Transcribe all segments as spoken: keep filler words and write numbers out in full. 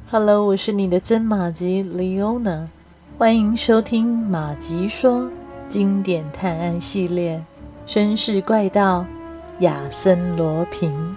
Hello， 我是你的曾马吉 Leona， 欢迎收听马吉说经典探案系列，绅士怪盗亚森罗平。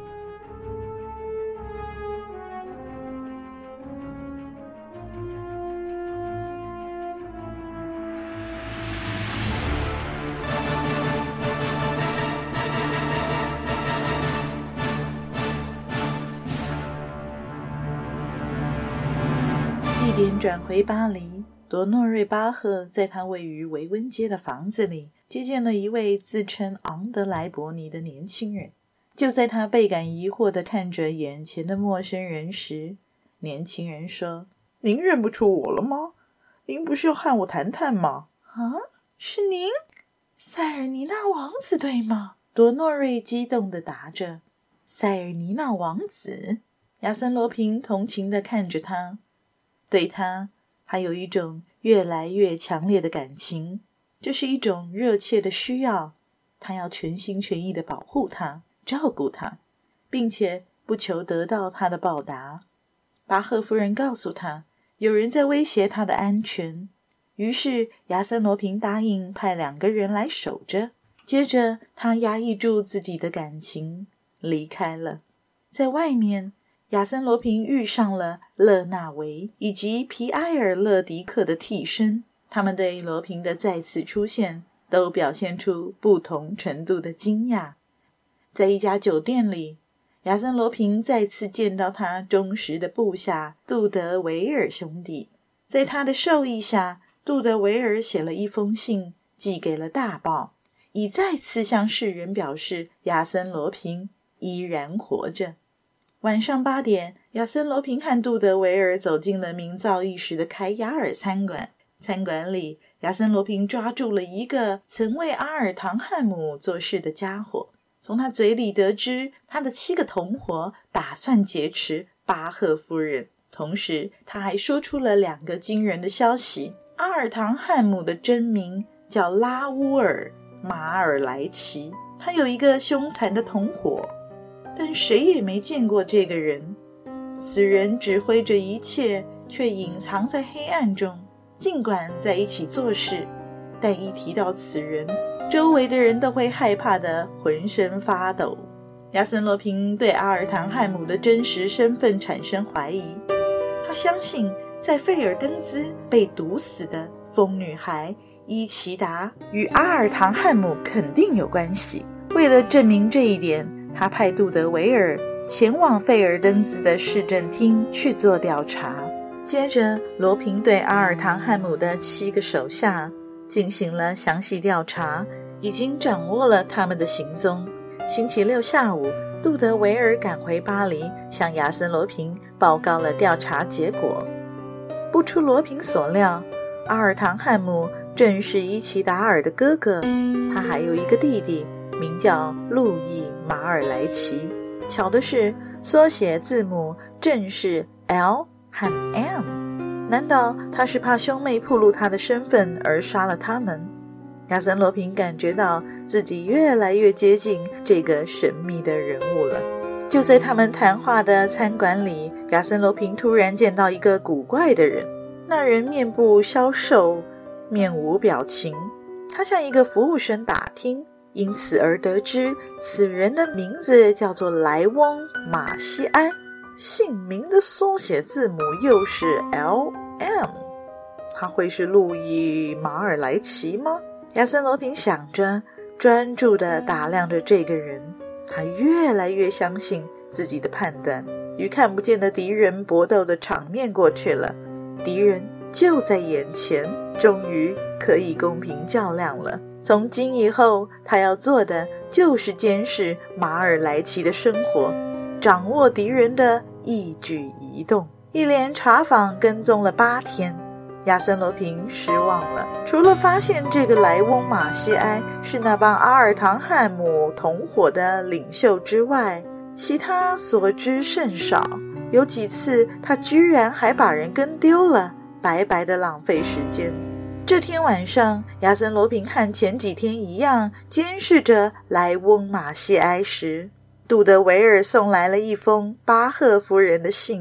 地点转回巴黎，多诺瑞巴赫在他位于维温街的房子里接见了一位自称昂德莱伯尼的年轻人。就在他倍感疑惑地看着眼前的陌生人时，年轻人说：您认不出我了吗？您不是要和我谈谈吗？啊，是您？塞尔尼纳王子对吗？多诺瑞激动地答着。塞尔尼纳王子？亚森罗平同情地看着他，对他还有一种越来越强烈的感情，这是一种热切的需要，他要全心全意地保护他，照顾他，并且不求得到他的报答。巴赫夫人告诉他，有人在威胁他的安全，于是亚森罗平答应派两个人来守着。接着他压抑住自己的感情，离开了。在外面，亚森罗平遇上了勒纳维以及皮埃尔勒迪克的替身，他们对罗平的再次出现都表现出不同程度的惊讶。在一家酒店里，亚森罗平再次见到他忠实的部下杜德维尔兄弟。在他的授意下，杜德维尔写了一封信寄给了大报，以再次向世人表示亚森罗平依然活着。晚上八点，亚森罗平和杜德维尔走进了名噪一时的凯雅尔餐馆。餐馆里，亚森罗平抓住了一个曾为阿尔唐汉姆做事的家伙，从他嘴里得知他的七个同伙打算劫持巴赫夫人。同时他还说出了两个惊人的消息：阿尔唐汉姆的真名叫拉乌尔·马尔莱奇，他有一个凶残的同伙，但谁也没见过这个人。此人指挥着一切，却隐藏在黑暗中。尽管在一起做事，但一提到此人，周围的人都会害怕得浑身发抖。亚森罗平对阿尔唐汉姆的真实身份产生怀疑，他相信在费尔登兹被毒死的疯女孩伊奇达与阿尔唐汉姆肯定有关系。为了证明这一点，他派杜德维尔前往费尔登兹的市政厅去做调查。接着罗平对阿尔唐汉姆的七个手下进行了详细调查，已经掌握了他们的行踪。星期六下午，杜德维尔赶回巴黎，向亚森罗平报告了调查结果。不出罗平所料，阿尔唐汉姆正是伊奇达尔的哥哥，他还有一个弟弟，名叫路易·马尔莱奇。巧的是，缩写字母正是 L 和 M， 难道他是怕兄妹暴露他的身份而杀了他们？亚森罗平感觉到自己越来越接近这个神秘的人物了。就在他们谈话的餐馆里，亚森罗平突然见到一个古怪的人。那人面部消瘦，面无表情。他向一个服务生打听，因此而得知此人的名字叫做莱翁·马西埃，姓名的缩写字母又是 L M。 他会是路易·马尔莱奇吗？亚森罗平想着，专注地打量着这个人。他越来越相信自己的判断。与看不见的敌人搏斗的场面过去了，敌人就在眼前，终于可以公平较量了。从今以后，他要做的就是监视马尔莱奇的生活，掌握敌人的一举一动。一连查访跟踪了八天，亚森罗平失望了。除了发现这个莱翁马西埃是那帮阿尔唐汉姆同伙的领袖之外，其他所知甚少。有几次他居然还把人跟丢了，白白的浪费时间。这天晚上，亚森罗平和前几天一样监视着莱翁马西埃时，杜德维尔送来了一封巴赫夫人的信。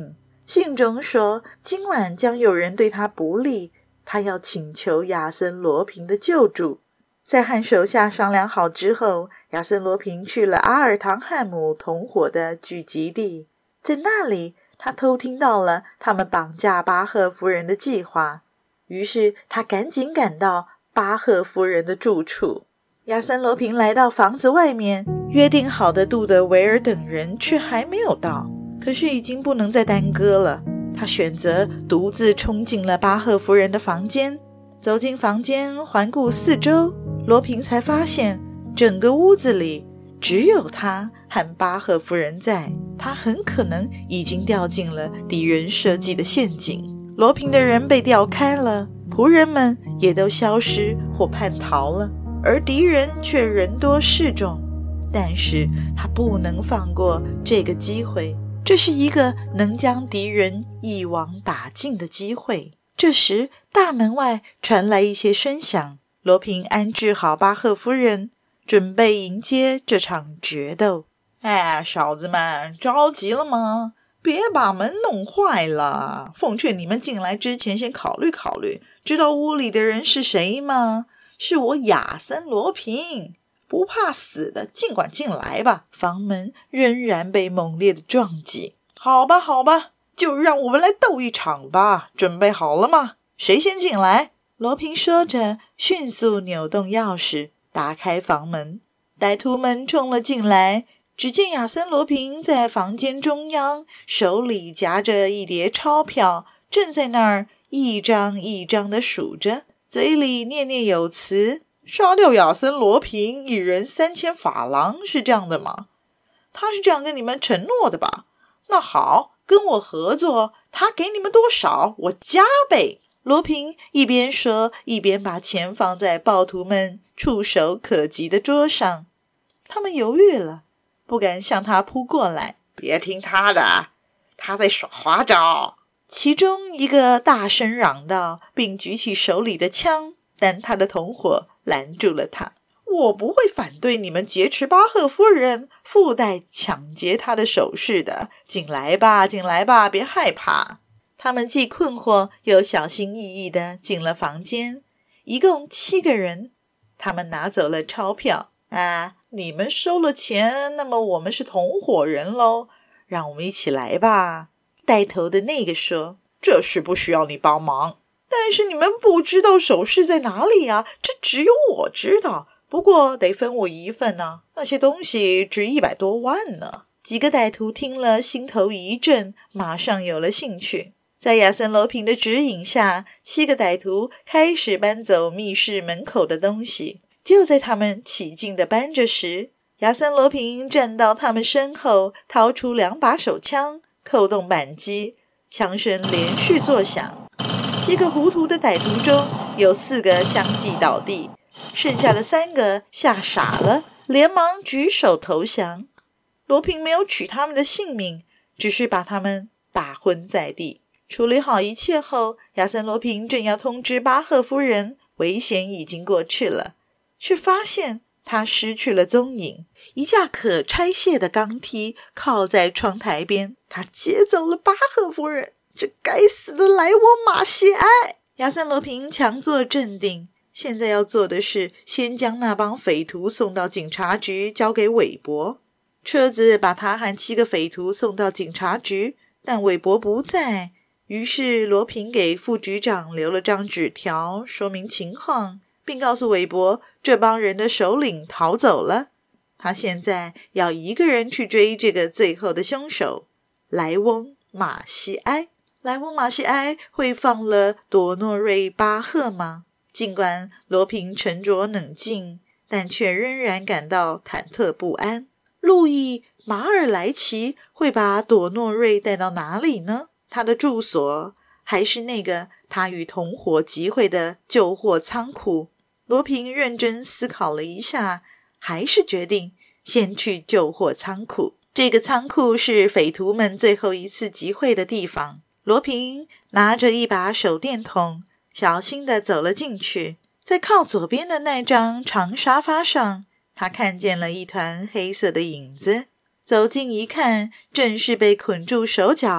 信中说，今晚将有人对他不利，他要请求亚森罗平的救助。在和手下商量好之后，亚森罗平去了阿尔唐汉姆同伙的聚集地，在那里他偷听到了他们绑架巴赫夫人的计划，于是他赶紧赶到巴赫夫人的住处。亚森罗平来到房子外面，约定好的杜德维尔等人却还没有到，可是已经不能再耽搁了。他选择独自冲进了巴赫夫人的房间，走进房间环顾四周，罗平才发现整个屋子里只有他和巴赫夫人在，他很可能已经掉进了敌人设计的陷阱。罗平的人被调开了，仆人们也都消失或叛逃了，而敌人却人多势众。但是他不能放过这个机会，这是一个能将敌人一网打尽的机会。这时大门外传来一些声响，罗平安置好巴赫夫人，准备迎接这场决斗。哎，小子们，着急了吗？别把门弄坏了，奉劝你们进来之前先考虑考虑，知道屋里的人是谁吗？是我亚森罗平，不怕死的尽管进来吧。房门仍然被猛烈的撞击。好吧好吧，就让我们来斗一场吧，准备好了吗？谁先进来？罗平说着，迅速扭动钥匙打开房门。歹徒们冲了进来，只见亚森罗平在房间中央，手里夹着一叠钞票，正在那儿一张一张地数着，嘴里念念有词。杀掉亚森罗平，一人三千法郎，是这样的吗？他是这样跟你们承诺的吧？那好，跟我合作，他给你们多少，我加倍。罗平一边说，一边把钱放在暴徒们触手可及的桌上。他们犹豫了，不敢向他扑过来。别听他的，他在耍花招。其中一个大声嚷道，并举起手里的枪，但他的同伙拦住了他。我不会反对你们劫持巴赫夫人，附带抢劫她的首饰的。进来吧，进来吧，别害怕。他们既困惑又小心翼翼地进了房间，一共七个人。他们拿走了钞票。啊，你们收了钱，那么我们是同伙人咯，让我们一起来吧。带头的那个说，这事不需要你帮忙。但是你们不知道首饰在哪里啊，这只有我知道，不过得分我一份啊，那些东西值一百多万呢。几个歹徒听了心头一震，马上有了兴趣。在亚森罗平的指引下，七个歹徒开始搬走密室门口的东西。就在他们起劲地搬着时，亚森罗平站到他们身后，掏出两把手枪，扣动扳机，枪声连续作响。七个糊涂的歹徒中有四个相继倒地，剩下的三个吓傻了，连忙举手投降。罗平没有取他们的性命，只是把他们打昏在地。处理好一切后，亚森罗平正要通知巴赫夫人危险已经过去了，却发现他失去了踪影。一架可拆卸的钢梯靠在窗台边，他劫走了巴赫夫人。这该死的莱沃马西埃！亚森罗平强作镇定，现在要做的是先将那帮匪徒送到警察局，交给韦伯。车子把他和七个匪徒送到警察局，但韦伯不在。于是罗平给副局长留了张纸条，说明情况，并告诉韦伯这帮人的首领逃走了。他现在要一个人去追这个最后的凶手，莱翁马西埃。莱翁马西埃会放了朵诺瑞巴赫吗？尽管罗平沉着冷静，但却仍然感到忐忑不安。路易马尔莱奇会把朵诺瑞带到哪里呢？他的住所还是那个他与同伙集会的旧货仓库？罗平认真思考了一下，还是决定先去旧货仓库。这个仓库是匪徒们最后一次集会的地方。罗平拿着一把手电筒，小心地走了进去。在靠左边的那张长沙发上，他看见了一团黑色的影子。走近一看，正是被捆住手脚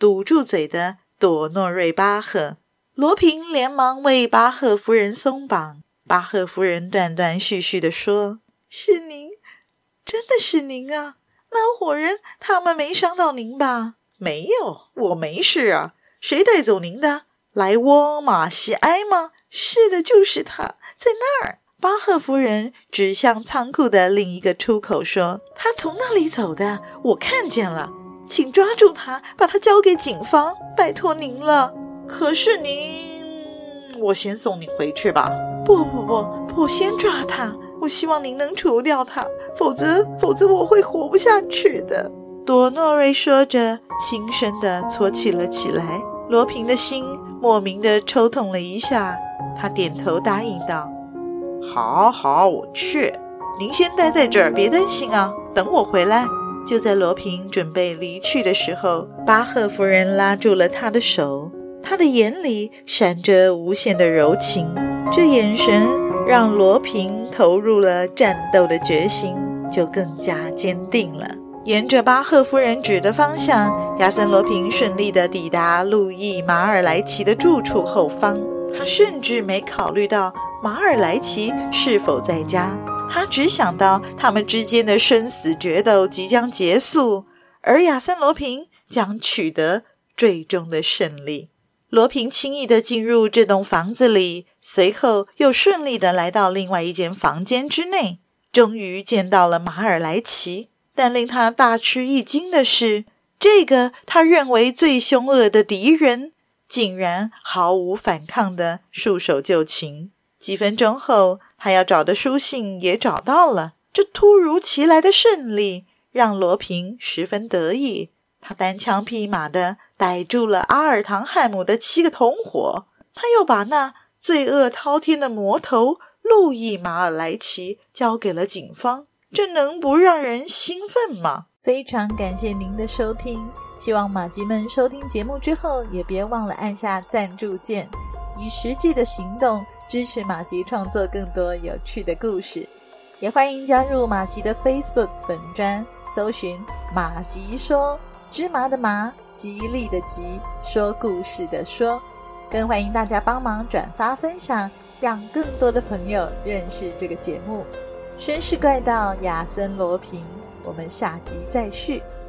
堵住嘴的朵诺瑞巴赫。罗平连忙为巴赫夫人松绑，巴赫夫人断断续续地说：是您，真的是您啊，那伙人他们没伤到您吧？没有，我没事啊。谁带走您的？莱翁马西埃吗？是的，就是他，在那儿。巴赫夫人指向仓库的另一个出口说：他从那里走的，我看见了，请抓住他，把他交给警方，拜托您了。可是您，我先送你回去吧。不不不，我先抓他，我希望您能除掉他，否则否则我会活不下去的。朵诺瑞说着，轻声地啜泣了起来。罗平的心莫名地抽痛了一下，他点头答应道：好好，我去，您先待在这儿，别担心啊，等我回来。就在罗平准备离去的时候，巴赫夫人拉住了他的手，他的眼里闪着无限的柔情，这眼神让罗平投入了战斗的决心就更加坚定了。沿着巴赫夫人指的方向，亚森罗平顺利地抵达路易马尔莱奇的住处后方。他甚至没考虑到马尔莱奇是否在家，他只想到他们之间的生死决斗即将结束，而亚森罗平将取得最终的胜利。罗平轻易地进入这栋房子里，随后又顺利地来到另外一间房间之内，终于见到了马尔莱奇。但令他大吃一惊的是，这个他认为最凶恶的敌人竟然毫无反抗地束手就擒。几分钟后，他要找的书信也找到了。这突如其来的胜利让罗平十分得意，他单枪匹马地逮住了阿尔唐汉姆的七个同伙，他又把那罪恶滔天的魔头路易马尔莱奇交给了警方，这能不让人兴奋吗？非常感谢您的收听，希望马吉们收听节目之后也别忘了按下赞助键，以实际的行动支持马吉创作更多有趣的故事。也欢迎加入马吉的 Facebook 粉专，搜寻马吉说，芝麻的麻，吉利的吉，说故事的说。更欢迎大家帮忙转发分享，让更多的朋友认识这个节目。绅士怪盗亚森罗平，我们下集再续。